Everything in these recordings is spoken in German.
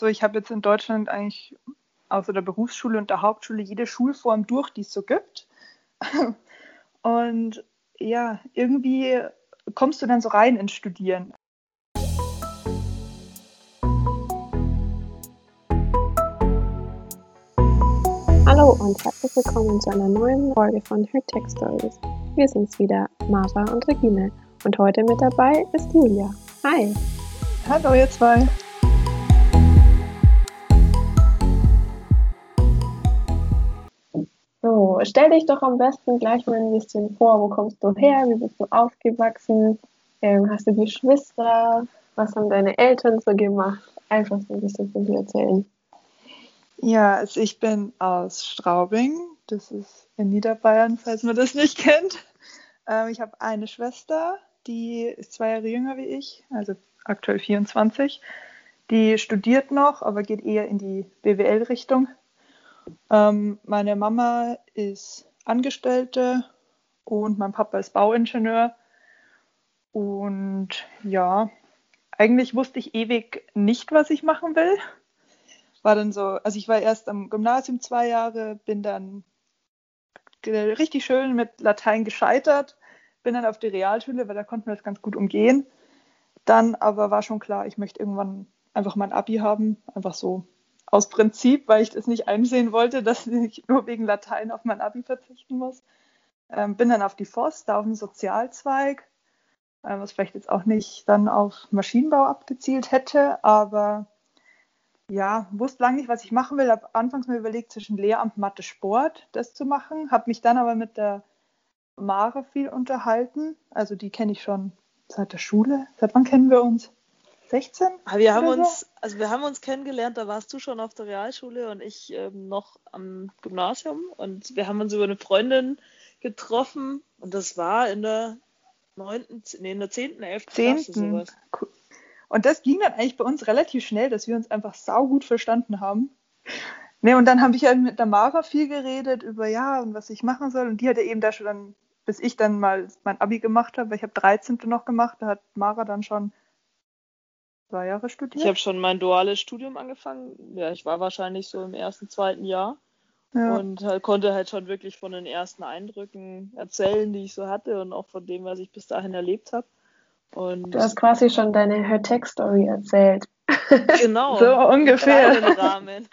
So, ich habe jetzt in Deutschland eigentlich außer der Berufsschule und der Hauptschule jede Schulform durch, die es so gibt. Und ja, irgendwie kommst du dann so rein ins Studieren. Hallo und herzlich willkommen zu einer neuen Folge von Her Tech Stories. Wir sind's wieder, Marva und Regine. Und heute mit dabei ist Julia. Hi! Hallo ihr zwei! So, stell dich doch am besten gleich mal ein bisschen vor. Wo kommst du her? Wie bist du aufgewachsen? Hast du Geschwister? Was haben deine Eltern so gemacht? Einfach so ein bisschen von dir erzählen. Ja, also ich bin aus Straubing, das ist in Niederbayern, falls man das nicht kennt. Ich habe eine Schwester, die ist 2 Jahre jünger wie ich, also aktuell 24. Die studiert noch, aber geht eher in die BWL-Richtung. Meine Mama ist Angestellte und mein Papa ist Bauingenieur. Und ja, eigentlich wusste ich ewig nicht, was ich machen will. War dann so, also ich war erst am Gymnasium 2 Jahre, bin dann richtig schön mit Latein gescheitert, bin dann auf die Realschule, weil da konnten wir das ganz gut umgehen. Dann aber war schon klar, ich möchte irgendwann einfach mein Abi haben, einfach so aus Prinzip, weil ich das nicht einsehen wollte, dass ich nur wegen Latein auf mein Abi verzichten muss. Bin dann auf die FOS, da auf den Sozialzweig, was vielleicht jetzt auch nicht dann auf Maschinenbau abgezielt hätte, aber ja, wusste lange nicht, was ich machen will. Habe anfangs mir überlegt, zwischen Lehramt, Mathe, Sport das zu machen. Habe mich dann aber mit der Mara viel unterhalten. Also die kenne ich schon seit der Schule. Seit wann kennen wir uns? 16? Wir haben uns kennengelernt, da warst du schon auf der Realschule und ich noch am Gymnasium, und wir haben uns über eine Freundin getroffen, und das war in der 10., 11. Klasse sowas. Cool. Und das ging dann eigentlich bei uns relativ schnell, dass wir uns einfach saugut verstanden haben. Ne, und dann habe ich ja mit der Mara viel geredet über ja und was ich machen soll. Und die hatte eben da schon dann, bis ich dann mal mein Abi gemacht habe, weil ich habe 13. noch gemacht, da hat Mara dann schon 2 Jahre studiert. Ich habe schon mein duales Studium angefangen. Ja, ich war wahrscheinlich so im 1., 2. Jahr. Ja. Und konnte halt schon wirklich von den ersten Eindrücken erzählen, die ich so hatte, und auch von dem, was ich bis dahin erlebt habe. Und Du hast quasi schon deine Her Tech Story erzählt. genau, so ungefähr. im Rahmen.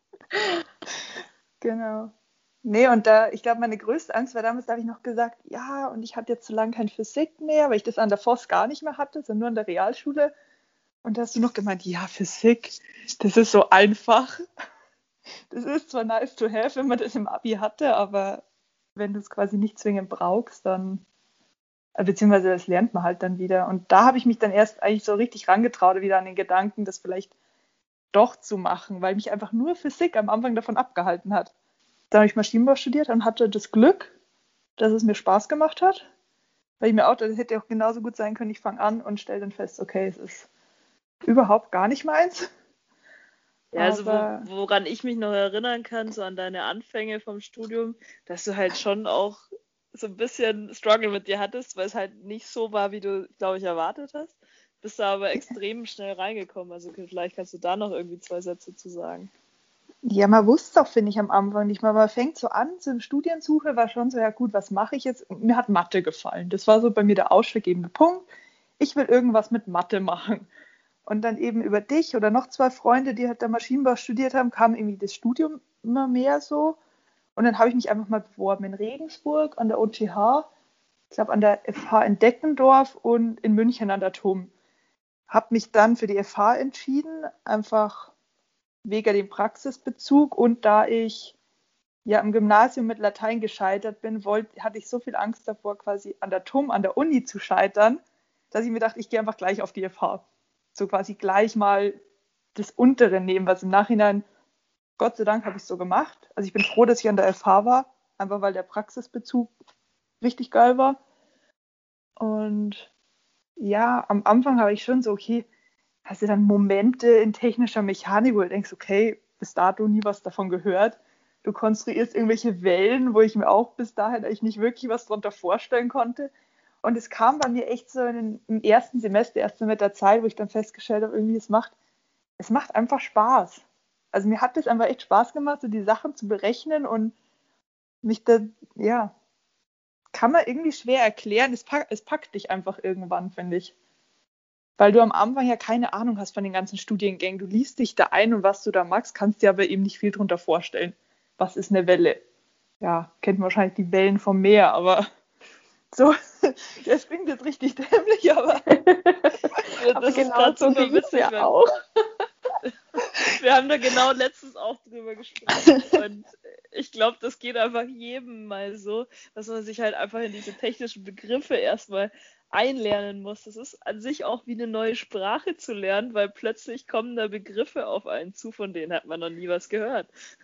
Genau. Nee, und da, ich glaube, meine größte Angst war damals, da habe ich noch gesagt, ja, und ich hatte jetzt so lange kein Physik mehr, weil ich das an der FOS gar nicht mehr hatte, sondern nur an der Realschule. Und da hast du noch gemeint, ja, Physik, das ist so einfach. Das ist zwar nice to have, wenn man das im Abi hatte, aber wenn du es quasi nicht zwingend brauchst, dann, beziehungsweise das lernt man halt dann wieder. Und da habe ich mich dann erst eigentlich so richtig rangetraut, wieder an den Gedanken, das vielleicht doch zu machen, weil mich einfach nur Physik am Anfang davon abgehalten hat. Dann habe ich Maschinenbau studiert und hatte das Glück, dass es mir Spaß gemacht hat. Weil ich mir auch, das hätte auch genauso gut sein können, ich fange an und stelle dann fest, okay, es ist überhaupt gar nicht meins. Ja, also Aber woran ich mich noch erinnern kann, so an deine Anfänge vom Studium, dass du halt schon auch so ein bisschen Struggle mit dir hattest, weil es halt nicht so war, wie du, glaube ich, erwartet hast. Bist du aber extrem schnell reingekommen. Also vielleicht kannst du da noch irgendwie 2 Sätze zu sagen. ja, man wusste es auch, finde ich, am Anfang nicht mal. Man fängt so an, so eine Studiensuche war schon so, ja gut, was mache ich jetzt? Und mir hat Mathe gefallen. Das war so bei mir der ausschlaggebende Punkt. Ich will irgendwas mit Mathe machen. Und dann eben über dich oder noch 2 Freunde, die halt da Maschinenbau studiert haben, kam irgendwie das Studium immer mehr so. Und dann habe ich mich einfach mal beworben in Regensburg, an der OTH, ich glaube an der FH in Deckendorf und in München an der TUM. Habe mich dann für die FH entschieden, einfach wegen dem Praxisbezug, und da ich ja im Gymnasium mit Latein gescheitert bin, hatte ich so viel Angst davor, quasi an der TUM, an der Uni zu scheitern, dass ich mir dachte, ich gehe einfach gleich auf die FH. So quasi gleich mal das untere nehmen, was im Nachhinein, Gott sei Dank, habe ich so gemacht. Also ich bin froh, dass ich an der FH war, einfach weil der Praxisbezug richtig geil war. Und ja, am Anfang habe ich schon so, okay, hast du dann Momente in technischer Mechanik, wo du denkst, okay, bis dato nie was davon gehört. Du konstruierst irgendwelche Wellen, wo ich mir auch bis dahin eigentlich nicht wirklich was darunter vorstellen konnte. Und es kam bei mir echt so im ersten Semester, erst so mit der Zeit, wo ich dann festgestellt habe, irgendwie es macht es macht einfach Spaß. Also mir hat das einfach echt Spaß gemacht, so die Sachen zu berechnen und mich da, ja, kann man irgendwie schwer erklären. Es packt dich einfach irgendwann, finde ich. Weil du am Anfang ja keine Ahnung hast von den ganzen Studiengängen. Du liest dich da ein und was du da magst, kannst dir aber eben nicht viel drunter vorstellen. Was ist eine Welle? Ja, kennt man wahrscheinlich die Wellen vom Meer, aber so, das klingt jetzt richtig dämlich, aber aber das ist genau gerade so super ging es witzig, ja weil auch. wir haben da genau letztens auch drüber gesprochen und ich glaube, das geht einfach jedem mal so, dass man sich halt einfach in diese technischen Begriffe erstmal einlernen muss. Das ist an sich auch wie eine neue Sprache zu lernen, weil plötzlich kommen da Begriffe auf einen zu, von denen hat man noch nie was gehört.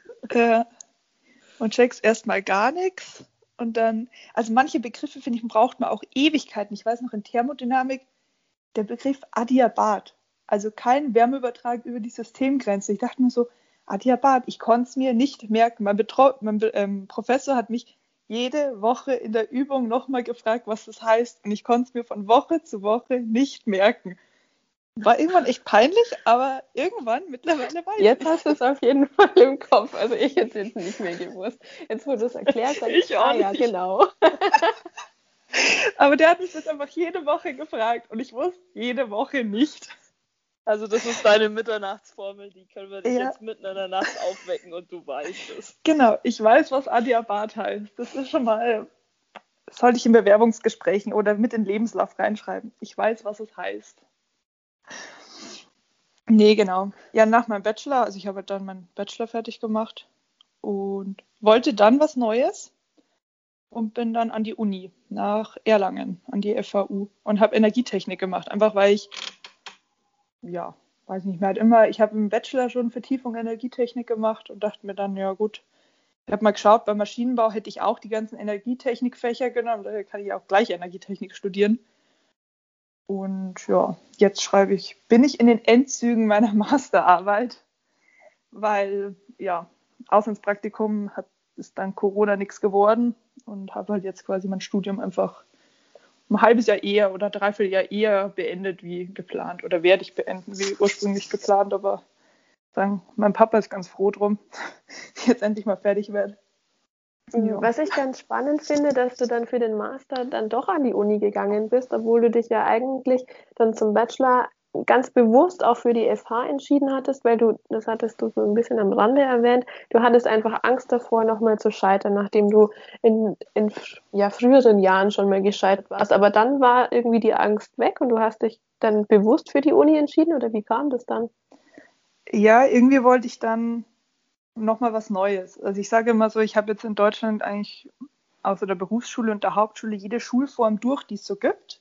und checkst erstmal gar nichts. Und dann, also manche Begriffe, finde ich, braucht man auch Ewigkeiten. Ich weiß noch, in Thermodynamik, der Begriff Adiabat. Also kein Wärmeübertrag über die Systemgrenze. Ich dachte mir so, Adiabat, ich konnte es mir nicht merken. Mein Professor hat mich jede Woche in der Übung nochmal gefragt, was das heißt. Und ich konnte es mir von Woche zu Woche nicht merken. War irgendwann echt peinlich, aber irgendwann mittlerweile weiß Jetzt ich. hast du es auf jeden Fall im Kopf. Also ich hätte es jetzt nicht mehr gewusst. Jetzt, wo du es erklärst, sag Ich auch ja, nicht. genau. Aber der hat mich das einfach jede Woche gefragt und ich wusste jede Woche nicht. Also das ist deine Mitternachtsformel, die können wir dich Ja, jetzt mitten in der Nacht aufwecken und du weißt es. genau. Ich weiß, was Adiabat heißt. Das ist schon mal, sollte ich in Bewerbungsgesprächen oder mit in den Lebenslauf reinschreiben. Ich weiß, was es heißt. Nee, genau. Ja, nach meinem Bachelor, also ich habe dann meinen Bachelor fertig gemacht und wollte dann was Neues und bin dann an die Uni nach Erlangen, an die FAU und habe Energietechnik gemacht. Einfach weil ich, ja, weiß nicht mehr, ich habe im Bachelor schon Vertiefung Energietechnik gemacht und dachte mir dann, ja gut, ich habe mal geschaut, beim Maschinenbau hätte ich auch die ganzen Energietechnikfächer genommen, da kann ich auch gleich Energietechnik studieren. Und ja, jetzt bin ich in den Endzügen meiner Masterarbeit, weil ja, Auslandspraktikum ist dann Corona nichts geworden und habe halt jetzt quasi mein Studium einfach ein halbes Jahr eher oder dreiviertel Jahr eher beendet wie geplant oder werde ich beenden wie ursprünglich geplant, aber sagen, mein Papa ist ganz froh drum, dass ich jetzt endlich mal fertig werde. Ja. Was ich ganz spannend finde, dass du dann für den Master dann doch an die Uni gegangen bist, obwohl du dich ja eigentlich dann zum Bachelor ganz bewusst auch für die FH entschieden hattest, weil das hattest du so ein bisschen am Rande erwähnt, du hattest einfach Angst davor, nochmal zu scheitern, nachdem du in ja, früheren Jahren schon mal gescheitert warst. Aber dann war irgendwie die Angst weg und du hast dich dann bewusst für die Uni entschieden oder wie kam das dann? Ja, irgendwie wollte ich dann nochmal was Neues. Also ich sage immer so, ich habe jetzt in Deutschland eigentlich außer der Berufsschule und der Hauptschule jede Schulform durch, die es so gibt.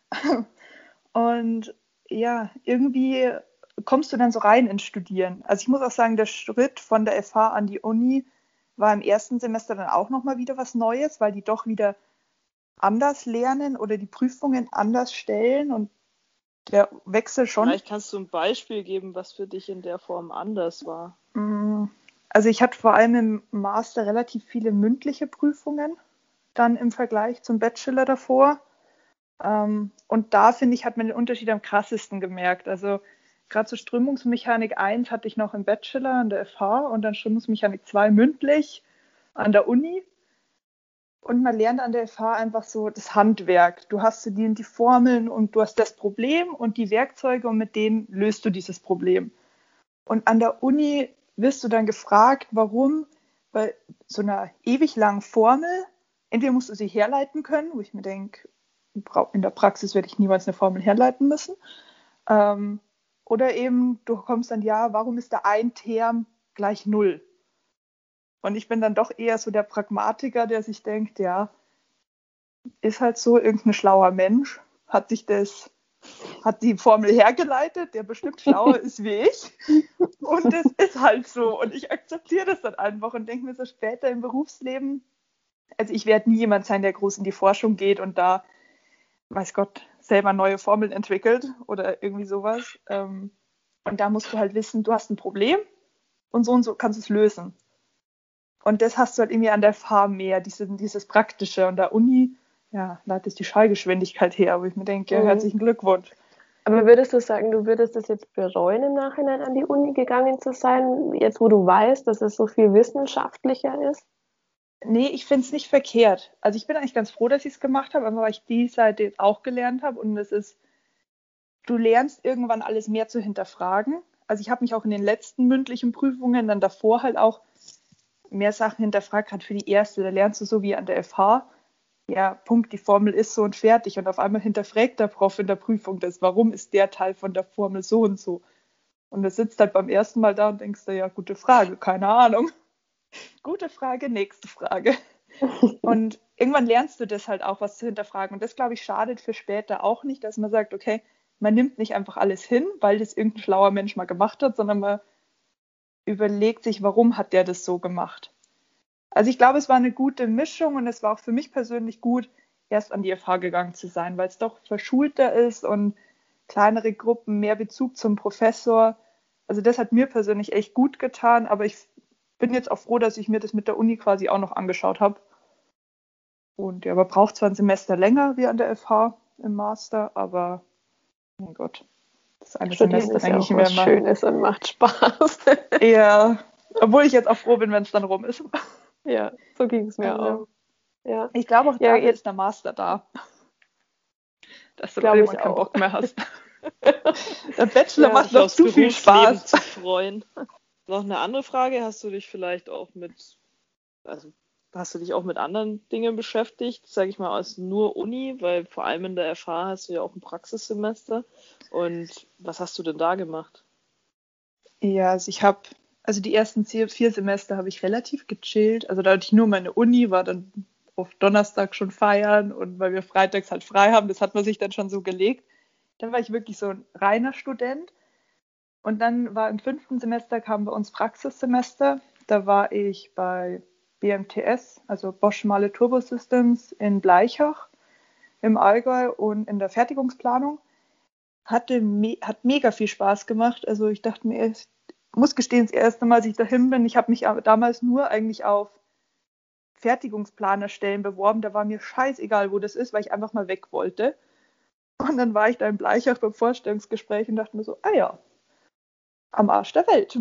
Und ja, irgendwie kommst du dann so rein ins Studieren. Also ich muss auch sagen, der Schritt von der FH an die Uni war im ersten Semester dann auch nochmal wieder was Neues, weil die doch wieder anders lernen oder die Prüfungen anders stellen und der Wechsel schon. Vielleicht kannst du ein Beispiel geben, was für dich in der Form anders war. Also ich hatte vor allem im Master relativ viele mündliche Prüfungen, dann im Vergleich zum Bachelor davor. Und da, finde ich, hat man den Unterschied am krassesten gemerkt. Also gerade so Strömungsmechanik 1 hatte ich noch im Bachelor an der FH und dann Strömungsmechanik 2 mündlich an der Uni. Und man lernt an der FH einfach so das Handwerk. Du hast so die Formeln und du hast das Problem und die Werkzeuge und mit denen löst du dieses Problem. Und an der Uni wirst du dann gefragt, warum bei so einer ewig langen Formel, entweder musst du sie herleiten können, wo ich mir denke, in der Praxis werde ich niemals eine Formel herleiten müssen. Oder eben, du kommst dann, ja, warum ist da ein Term gleich 0? Und ich bin dann doch eher so der Pragmatiker, der sich denkt, ja, ist halt so, irgendein schlauer Mensch hat die Formel hergeleitet, der bestimmt schlauer ist wie ich. Und das ist halt so. Und ich akzeptiere das dann einfach und denke mir so später im Berufsleben, also ich werde nie jemand sein, der groß in die Forschung geht und da, weiß Gott, selber neue Formeln entwickelt oder irgendwie sowas. Und da musst du halt wissen, du hast ein Problem und so kannst du es lösen. Und das hast du halt irgendwie an der FH mehr, dieses Praktische. Und der Uni, ja, da hat es die Schallgeschwindigkeit her, wo ich mir denke, herzlichen Glückwunsch. Aber würdest du sagen, du würdest es jetzt bereuen, im Nachhinein an die Uni gegangen zu sein, jetzt wo du weißt, dass es so viel wissenschaftlicher ist? Nee, ich finde es nicht verkehrt. Also ich bin eigentlich ganz froh, dass ich es gemacht habe, aber weil ich die Seite jetzt auch gelernt habe und es ist, du lernst irgendwann alles mehr zu hinterfragen. Also ich habe mich auch in den letzten mündlichen Prüfungen dann davor halt auch mehr Sachen hinterfragt, gerade für die erste. Da lernst du so wie an der FH, ja, Punkt, die Formel ist so und fertig. Und auf einmal hinterfragt der Prof in der Prüfung das, warum ist der Teil von der Formel so und so. Und du sitzt halt beim ersten Mal da und denkst dir, ja, gute Frage, keine Ahnung. Gute Frage, nächste Frage. Und irgendwann lernst du das halt auch, was zu hinterfragen. Und das, glaube ich, schadet für später auch nicht, dass man sagt, okay, man nimmt nicht einfach alles hin, weil das irgendein schlauer Mensch mal gemacht hat, sondern man überlegt sich, warum hat der das so gemacht. Also ich glaube, es war eine gute Mischung und es war auch für mich persönlich gut, erst an die FH gegangen zu sein, weil es doch verschulter ist und kleinere Gruppen, mehr Bezug zum Professor. Also das hat mir persönlich echt gut getan, aber ich bin jetzt auch froh, dass ich mir das mit der Uni quasi auch noch angeschaut habe. Und ja, man braucht zwar ein Semester länger wie an der FH im Master, aber mein Gott, das eine Studieren Semester ist ja denke auch ich mir was immer. Schönes und macht Spaß. Ja, obwohl ich jetzt auch froh bin, wenn es dann rum ist. Ja, so ging es mir Also, auch. Ja, ich glaube auch ja, dafür jetzt ist der Master da, dass du dann glaube irgendwann ich keinen auch. Bock mehr hast. Der Bachelor Ja, macht Sich noch aufs zu viel Berufsleben Spaß. zu freuen. Noch eine andere Frage, hast du dich vielleicht auch also hast du dich auch mit anderen Dingen beschäftigt, sage ich mal, als nur Uni, weil vor allem in der FH hast du ja auch ein Praxissemester. Und was hast du denn da gemacht? Ja, also die ersten 4 Semester habe ich relativ gechillt. Also da hatte ich nur meine Uni, war dann auf Donnerstag schon feiern und weil wir freitags halt frei haben, das hat man sich dann schon so gelegt. Dann war ich wirklich so ein reiner Student. Und dann war im 5. Semester kam bei uns Praxissemester. Da war ich bei BMTS, also Bosch Mahle Turbo Systems in Blaichach im Allgäu und in der Fertigungsplanung. Hat mega viel Spaß gemacht. Also ich dachte mir, ich muss gestehen, das erste Mal, als ich dahin bin, ich habe mich damals nur eigentlich auf Fertigungsplanerstellen beworben. Da war mir scheißegal, wo das ist, weil ich einfach mal weg wollte. Und dann war ich da in Blaichach beim Vorstellungsgespräch und dachte mir so, ah ja, am Arsch der Welt.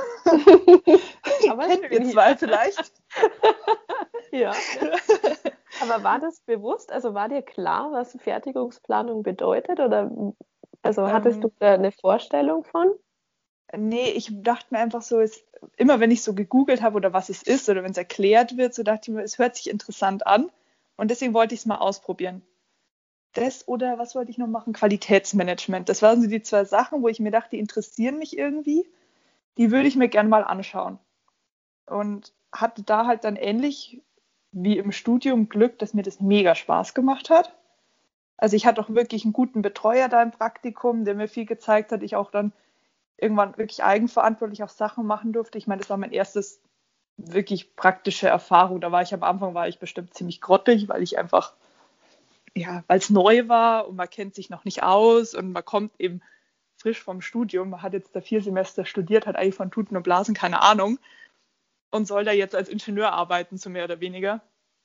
Aber Kennen wir schön, zwei vielleicht. ja. Aber war das bewusst? Also war dir klar, was Fertigungsplanung bedeutet? Oder also hattest du da eine Vorstellung von? Nee, ich dachte mir einfach so, immer wenn ich so gegoogelt habe oder was es ist oder wenn es erklärt wird, so dachte ich mir, es hört sich interessant an und deswegen wollte ich es mal ausprobieren. Das oder was wollte ich noch machen? Qualitätsmanagement. Das waren so die 2 Sachen, wo ich mir dachte, die interessieren mich irgendwie. Die würde ich mir gerne mal anschauen. Und hatte da halt dann ähnlich wie im Studium Glück, dass mir das mega Spaß gemacht hat. Also ich hatte auch wirklich einen guten Betreuer da im Praktikum, der mir viel gezeigt hat. Ich auch dann irgendwann wirklich eigenverantwortlich auch Sachen machen durfte. Ich meine, das war mein erstes wirklich praktische Erfahrung. Da war ich am Anfang, war ich bestimmt ziemlich grottig, weil ich einfach, ja, weil es neu war und man kennt sich noch nicht aus und man kommt eben frisch vom Studium. Man hat jetzt da 4 Semester studiert, hat eigentlich von Tuten und Blasen keine Ahnung und soll da jetzt als Ingenieur arbeiten, so mehr oder weniger.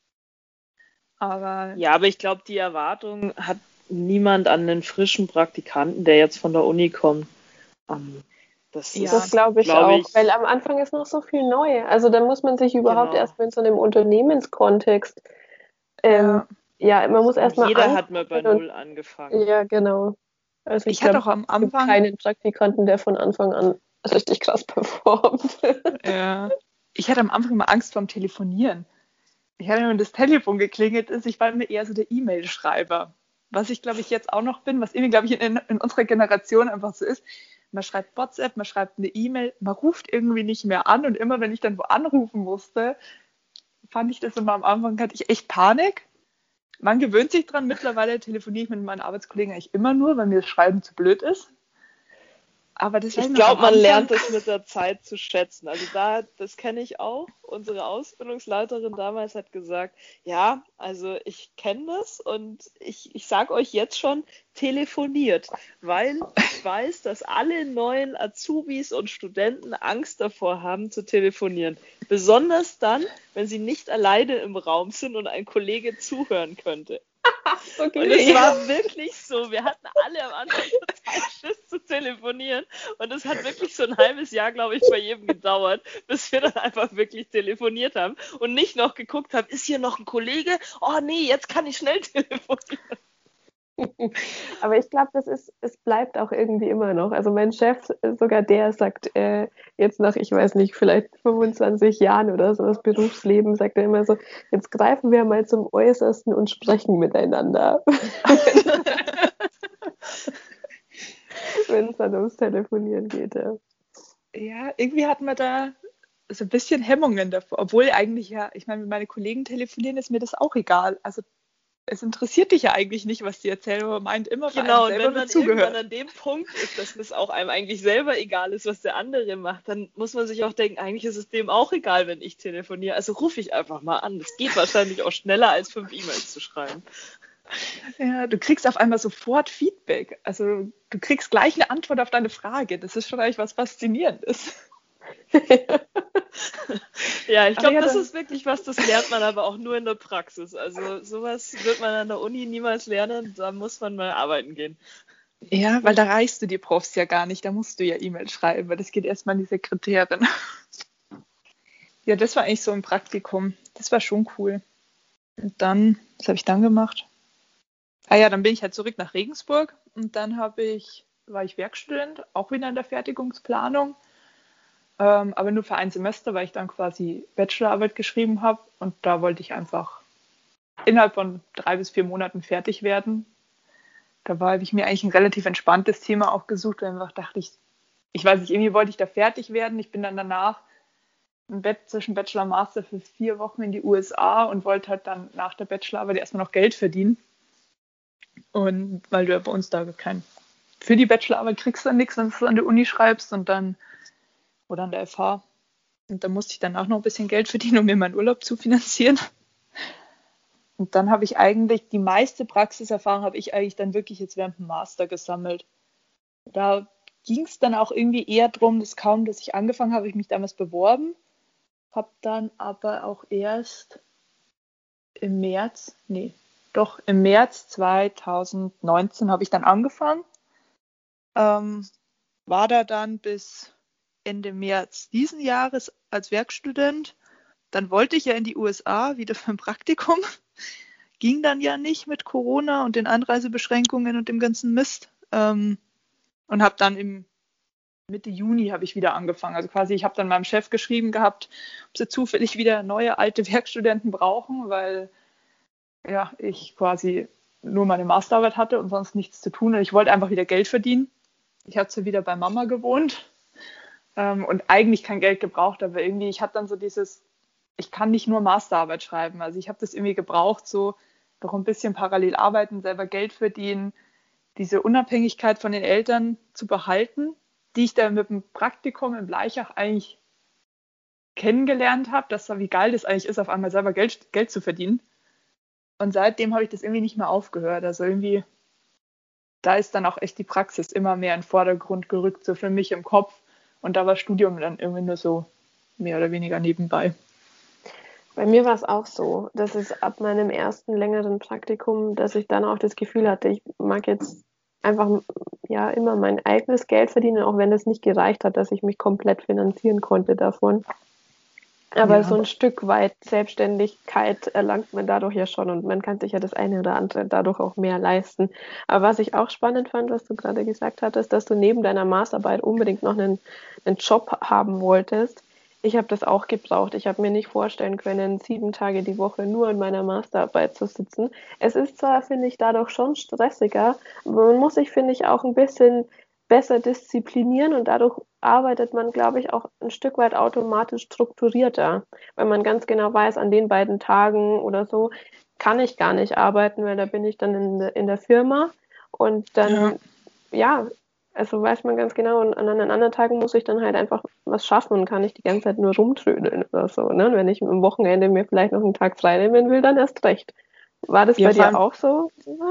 Aber Ja, aber ich glaube, die Erwartung hat niemand an einen frischen Praktikanten, der jetzt von der Uni kommt. Das ja, Das ist, glaube ich glaube auch, ich, weil am Anfang ist noch so viel neu. Also da muss man sich überhaupt genau. erstmal in so einem Unternehmenskontext, ähm, ja, ja, man muss Und erstmal jeder hat mal ankommen bei und Null angefangen. ja, genau. Also ich ich hatte glaube, auch am es gibt Anfang, keinen Praktikanten, der von Anfang an richtig krass performt. ja, ich hatte am Anfang immer Angst vorm Telefonieren. Ich hatte, wenn das Telefon geklingelt ist, ich war mir eher so der E-Mail-Schreiber. Was ich, glaube ich, jetzt auch noch bin, was irgendwie, glaube ich, in unserer Generation einfach so ist. Man schreibt WhatsApp, man schreibt eine E-Mail, man ruft irgendwie nicht mehr an. Und immer, wenn ich dann wo anrufen musste, fand ich das immer am Anfang, hatte ich echt Panik. Man gewöhnt sich dran. Mittlerweile telefoniere ich mit meinen Arbeitskollegen eigentlich immer nur, weil mir das Schreiben zu blöd ist. Aber das war ich Ich noch am glaube, man Anfang. lernt es mit der Zeit zu schätzen. Also das kenne ich auch. Unsere Ausbildungsleiterin damals hat gesagt, ja, also ich kenne das und ich sage euch jetzt schon, telefoniert, weil ich weiß, dass alle neuen Azubis und Studenten Angst davor haben zu telefonieren. Besonders dann, wenn sie nicht alleine im Raum sind und ein Kollege zuhören könnte. Okay. Und es war wirklich so, wir hatten alle am Anfang total Schiss zu telefonieren und es hat wirklich so ein halbes Jahr, glaube ich, bei jedem gedauert, bis wir dann einfach wirklich telefoniert haben und nicht noch geguckt haben, ist hier noch ein Kollege? Oh nee, jetzt kann ich schnell telefonieren. Aber ich glaube, es bleibt auch irgendwie immer noch. Also mein Chef, sogar der sagt jetzt nach, ich weiß nicht, vielleicht 25 Jahren oder so das Berufsleben, sagt er immer so, jetzt greifen wir mal zum Äußersten und sprechen miteinander. Wenn es dann ums Telefonieren geht. Ja. Ja, irgendwie hat man da so ein bisschen Hemmungen davor. Obwohl eigentlich ja, ich meine, wenn meine Kollegen telefonieren, ist mir das auch egal. Also es interessiert dich ja eigentlich nicht, was die erzählen, aber man meint immer, weil Genau, einem und selber wenn man irgendwann dazugehört. an dem Punkt ist, dass es auch einem eigentlich selber egal ist, was der andere macht, dann muss man sich auch denken, eigentlich ist es dem auch egal, wenn ich telefoniere. Also rufe ich einfach mal an. Das geht wahrscheinlich auch schneller, als 5 E-Mails zu schreiben. Ja, du kriegst auf einmal sofort Feedback. Also du kriegst gleich eine Antwort auf deine Frage. Das ist schon eigentlich was Faszinierendes. Ja, ich Aber glaube, ja, das dann, ist wirklich was, das lernt man aber auch nur in der Praxis. Also sowas wird man an der Uni niemals lernen, da muss man mal arbeiten gehen. ja, weil da reichst du die Profs ja gar nicht. Da musst du ja E-Mail schreiben, weil das geht erstmal an die Sekretärin. Ja, das war eigentlich so ein Praktikum. Das war schon cool. Und dann, was habe ich dann gemacht? Ah ja, dann bin ich halt zurück nach Regensburg und dann war ich Werkstudent, auch wieder in der Fertigungsplanung, aber nur für ein Semester, weil ich dann quasi Bachelorarbeit geschrieben habe und da wollte ich einfach innerhalb von 3 bis 4 Monaten fertig werden. Habe ich mir eigentlich ein relativ entspanntes Thema auch gesucht, weil einfach dachte ich weiß nicht, irgendwie wollte ich da fertig werden. Ich bin dann danach zwischen Bachelor und Master für 4 Wochen in die USA und wollte halt dann nach der Bachelorarbeit erstmal noch Geld verdienen. Und weil du ja bei uns da für die Bachelorarbeit kriegst du dann nichts, wenn du es an der Uni schreibst und dann, oder an der FH. Und dann musste ich dann auch noch ein bisschen Geld verdienen, um mir meinen Urlaub zu finanzieren. Und dann habe ich eigentlich, die meiste Praxiserfahrung habe ich eigentlich dann wirklich jetzt während dem Master gesammelt. Da ging es dann auch irgendwie eher darum, dass ich angefangen habe, ich mich damals beworben, habe dann aber auch erst im März 2019 habe ich dann angefangen. War da dann bis Ende März diesen Jahres als Werkstudent. Dann wollte ich ja in die USA wieder für ein Praktikum. Ging dann ja nicht mit Corona und den Einreisebeschränkungen und dem ganzen Mist. Und habe dann Mitte Juni habe ich wieder angefangen. Also quasi, ich habe dann meinem Chef geschrieben gehabt, ob sie zufällig wieder neue alte Werkstudenten brauchen, weil ja, ich quasi nur meine Masterarbeit hatte und sonst nichts zu tun. Und ich wollte einfach wieder Geld verdienen. Ich habe zwar wieder bei Mama gewohnt und eigentlich kein Geld gebraucht, aber irgendwie, ich hatte dann so ich kann nicht nur Masterarbeit schreiben. Also ich habe das irgendwie gebraucht, so noch ein bisschen parallel arbeiten, selber Geld verdienen, diese Unabhängigkeit von den Eltern zu behalten, die ich dann mit dem Praktikum in Bleichach eigentlich kennengelernt habe, wie geil das eigentlich ist, auf einmal selber Geld zu verdienen. Und seitdem habe ich das irgendwie nicht mehr aufgehört. Also irgendwie, da ist dann auch echt die Praxis immer mehr in den Vordergrund gerückt, so für mich im Kopf. Und da war Studium dann irgendwie nur so mehr oder weniger nebenbei. Bei mir war es auch so, dass es ab meinem ersten längeren Praktikum, dass ich dann auch das Gefühl hatte, ich mag jetzt einfach ja immer mein eigenes Geld verdienen, auch wenn es nicht gereicht hat, dass ich mich komplett finanzieren konnte davon. Aber Ja. so ein Stück weit Selbstständigkeit erlangt man dadurch ja schon und man kann sich ja das eine oder andere dadurch auch mehr leisten. Aber was ich auch spannend fand, was du gerade gesagt hattest, dass du neben deiner Masterarbeit unbedingt noch einen Job haben wolltest. Ich habe das auch gebraucht. Ich habe mir nicht vorstellen können, 7 Tage die Woche nur in meiner Masterarbeit zu sitzen. Es ist zwar, finde ich, dadurch schon stressiger, aber man muss sich, finde ich, auch ein bisschen besser disziplinieren und dadurch arbeitet man, glaube ich, auch ein Stück weit automatisch strukturierter, weil man ganz genau weiß, an den beiden Tagen oder so kann ich gar nicht arbeiten, weil da bin ich dann in der Firma und dann, ja, also weiß man ganz genau, und an den anderen Tagen muss ich dann halt einfach was schaffen und kann nicht die ganze Zeit nur rumtrödeln oder so. Ne? Und wenn ich am Wochenende mir vielleicht noch einen Tag frei nehmen will, dann erst recht. War das Ja, bei vor dir allem, auch so?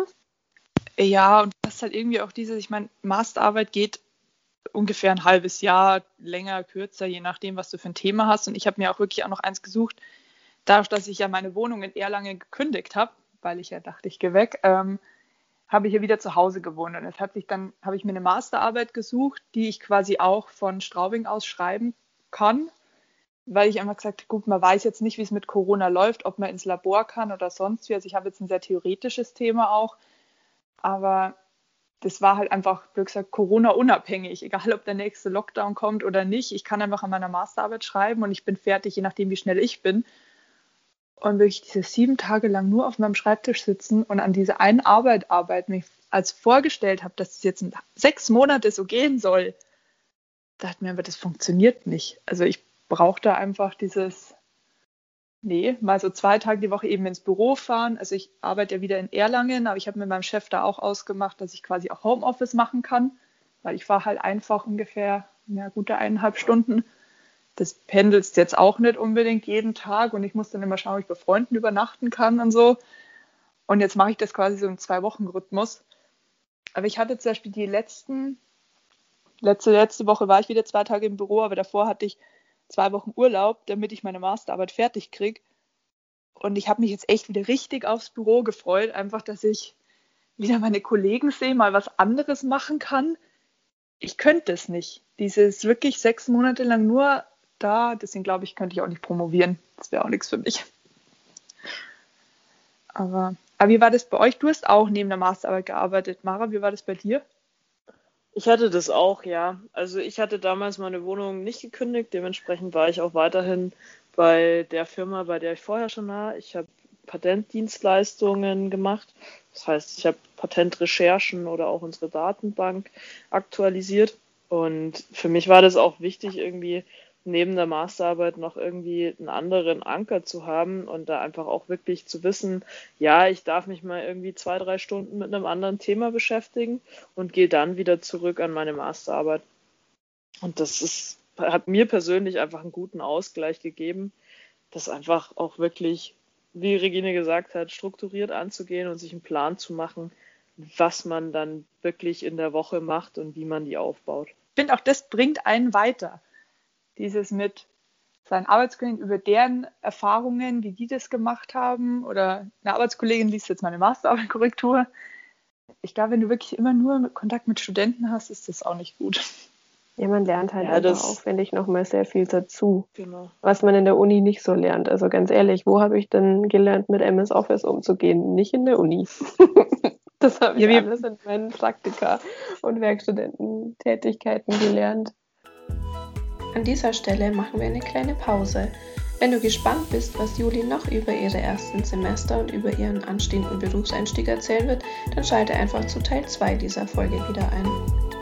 ja, und das ist halt irgendwie auch ich meine, Masterarbeit geht ungefähr ein halbes Jahr, länger, kürzer, je nachdem, was du für ein Thema hast. Und ich habe mir auch wirklich auch noch eins gesucht, dadurch, dass ich ja meine Wohnung in Erlangen gekündigt habe, weil ich ja dachte, ich gehe weg, habe ich ja wieder zu Hause gewohnt. Und jetzt habe ich mir eine Masterarbeit gesucht, die ich quasi auch von Straubing aus schreiben kann, weil ich einfach gesagt habe, gut, man weiß jetzt nicht, wie es mit Corona läuft, ob man ins Labor kann oder sonst wie. Also ich habe jetzt ein sehr theoretisches Thema auch, aber das war halt einfach, wie gesagt, Corona-unabhängig, egal ob der nächste Lockdown kommt oder nicht. Ich kann einfach an meiner Masterarbeit schreiben und ich bin fertig, je nachdem, wie schnell ich bin. Und wirklich diese 7 Tage lang nur auf meinem Schreibtisch sitzen und an diese eine Arbeit arbeiten, mich als vorgestellt habe, dass es jetzt 6 Monate so gehen soll, dachte mir aber, das funktioniert nicht. Also ich brauche da einfach mal so 2 Tage die Woche eben ins Büro fahren. Also ich arbeite ja wieder in Erlangen, aber ich habe mit meinem Chef da auch ausgemacht, dass ich quasi auch Homeoffice machen kann, weil ich fahre halt einfach ungefähr gute 1,5 Stunden. Das pendelst jetzt auch nicht unbedingt jeden Tag und ich muss dann immer schauen, ob ich bei Freunden übernachten kann und so. Und jetzt mache ich das quasi so im 2-Wochen-Rhythmus. Aber ich hatte zum Beispiel letzte Woche war ich wieder 2 Tage im Büro, aber davor hatte ich 2 Wochen Urlaub, damit ich meine Masterarbeit fertig kriege. Und ich habe mich jetzt echt wieder richtig aufs Büro gefreut, einfach, dass ich wieder meine Kollegen sehe, mal was anderes machen kann. Ich könnte es nicht. Dieses wirklich 6 Monate lang nur da, deswegen glaube ich, könnte ich auch nicht promovieren. Das wäre auch nichts für mich. Aber wie war das bei euch? Du hast auch neben der Masterarbeit gearbeitet. Mara, wie war das bei dir? Ich hatte das auch, ja. Also ich hatte damals meine Wohnung nicht gekündigt, dementsprechend war ich auch weiterhin bei der Firma, bei der ich vorher schon war. Ich habe Patentdienstleistungen gemacht. Das heißt, ich habe Patentrecherchen oder auch unsere Datenbank aktualisiert. Und für mich war das auch wichtig, irgendwie neben der Masterarbeit noch irgendwie einen anderen Anker zu haben und da einfach auch wirklich zu wissen, ja, ich darf mich mal irgendwie 2-3 Stunden mit einem anderen Thema beschäftigen und gehe dann wieder zurück an meine Masterarbeit. Und hat mir persönlich einfach einen guten Ausgleich gegeben, das einfach auch wirklich, wie Regine gesagt hat, strukturiert anzugehen und sich einen Plan zu machen, was man dann wirklich in der Woche macht und wie man die aufbaut. Ich finde auch, das bringt einen weiter. Dieses mit seinen Arbeitskollegen über deren Erfahrungen, wie die das gemacht haben, oder eine Arbeitskollegin liest jetzt meine Masterarbeit-Korrektur. Ich glaube, wenn du wirklich immer nur Kontakt mit Studenten hast, ist das auch nicht gut. Ja, man lernt halt einfach aufwendig nochmal sehr viel dazu, genau, was man in der Uni nicht so lernt. Also ganz ehrlich, wo habe ich denn gelernt, mit MS Office umzugehen? Nicht in der Uni. Das habe ich alles in meinen Praktika und Werkstudententätigkeiten gelernt. An dieser Stelle machen wir eine kleine Pause. Wenn du gespannt bist, was Juli noch über ihre ersten Semester und über ihren anstehenden Berufseinstieg erzählen wird, dann schalte einfach zu Teil 2 dieser Folge wieder ein.